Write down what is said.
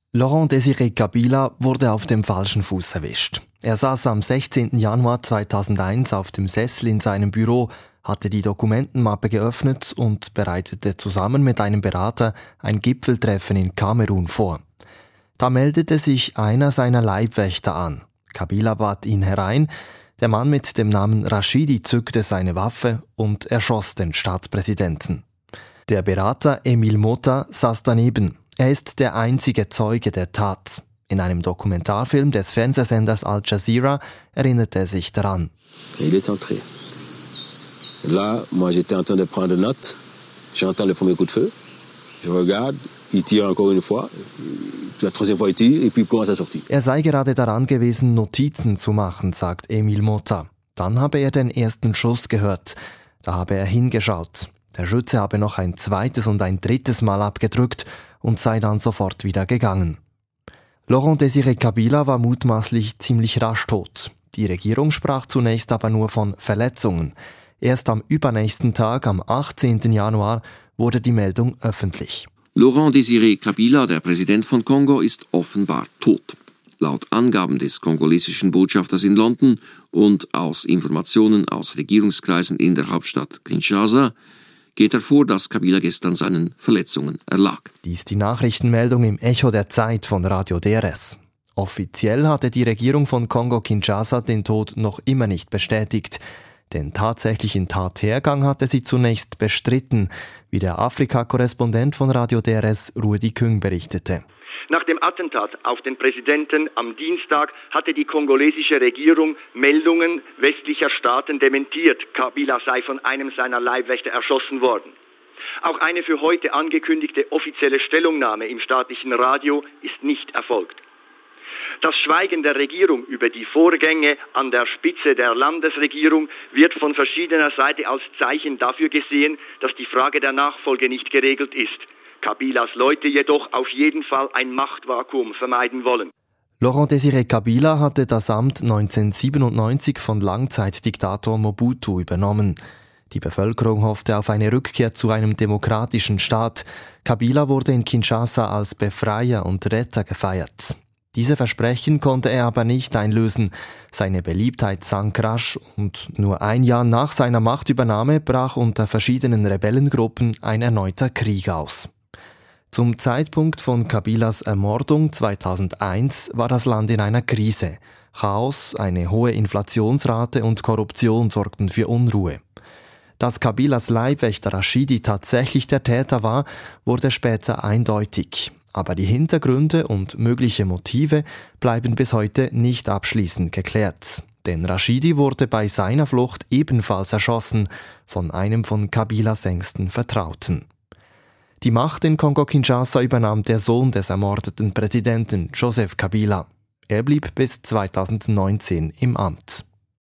Laurent Désiré Kabila wurde auf dem falschen Fuß erwischt. Er saß am 16. Januar 2001 auf dem Sessel in seinem Büro, hatte die Dokumentenmappe geöffnet und bereitete zusammen mit einem Berater ein Gipfeltreffen in Kamerun vor. Da meldete sich einer seiner Leibwächter an. Kabila bat ihn herein. Der Mann mit dem Namen Rashidi zückte seine Waffe und erschoss den Staatspräsidenten. Der Berater Emil Mota saß daneben. Er ist der einzige Zeuge der Tat. In einem Dokumentarfilm des Fernsehsenders Al Jazeera erinnert er sich daran. Il est entré. Là, moi j'étais en train de prendre note. J'entends le premier coup de feu. Je regarde, il tire encore une fois. La troisième fois il tire et puis il commence à sortir. Er sei gerade daran gewesen, Notizen zu machen, sagt Emil Mota. Dann habe er den ersten Schuss gehört. Da habe er hingeschaut. Der Schütze habe noch ein zweites und ein drittes Mal abgedrückt und sei dann sofort wieder gegangen. Laurent Désiré Kabila war mutmaßlich ziemlich rasch tot. Die Regierung sprach zunächst aber nur von Verletzungen. Erst am übernächsten Tag, am 18. Januar, wurde die Meldung öffentlich. Laurent Désiré Kabila, der Präsident von Kongo, ist offenbar tot. Laut Angaben des kongolesischen Botschafters in London und aus Informationen aus Regierungskreisen in der Hauptstadt Kinshasa geht hervor, dass Kabila gestern seinen Verletzungen erlag. Dies die Nachrichtenmeldung im Echo der Zeit von Radio DRS. Offiziell hatte die Regierung von Kongo-Kinshasa den Tod noch immer nicht bestätigt. Den tatsächlichen Tathergang hatte sie zunächst bestritten, wie der Afrika-Korrespondent von Radio DRS Rudi Küng berichtete. Nach dem Attentat auf den Präsidenten am Dienstag hatte die kongolesische Regierung Meldungen westlicher Staaten dementiert, Kabila sei von einem seiner Leibwächter erschossen worden. Auch eine für heute angekündigte offizielle Stellungnahme im staatlichen Radio ist nicht erfolgt. Das Schweigen der Regierung über die Vorgänge an der Spitze der Landesregierung wird von verschiedener Seite als Zeichen dafür gesehen, dass die Frage der Nachfolge nicht geregelt ist. Kabilas Leute jedoch auf jeden Fall ein Machtvakuum vermeiden wollen. Laurent Désiré Kabila hatte das Amt 1997 von Langzeitdiktator Mobutu übernommen. Die Bevölkerung hoffte auf eine Rückkehr zu einem demokratischen Staat. Kabila wurde in Kinshasa als Befreier und Retter gefeiert. Diese Versprechen konnte er aber nicht einlösen. Seine Beliebtheit sank rasch und nur ein Jahr nach seiner Machtübernahme brach unter verschiedenen Rebellengruppen ein erneuter Krieg aus. Zum Zeitpunkt von Kabilas Ermordung 2001 war das Land in einer Krise. Chaos, eine hohe Inflationsrate und Korruption sorgten für Unruhe. Dass Kabilas Leibwächter Rashidi tatsächlich der Täter war, wurde später eindeutig. Aber die Hintergründe und mögliche Motive bleiben bis heute nicht abschließend geklärt. Denn Rashidi wurde bei seiner Flucht ebenfalls erschossen von einem von Kabilas engsten Vertrauten. Die Macht in Kongo-Kinshasa übernahm der Sohn des ermordeten Präsidenten, Joseph Kabila. Er blieb bis 2019 im Amt.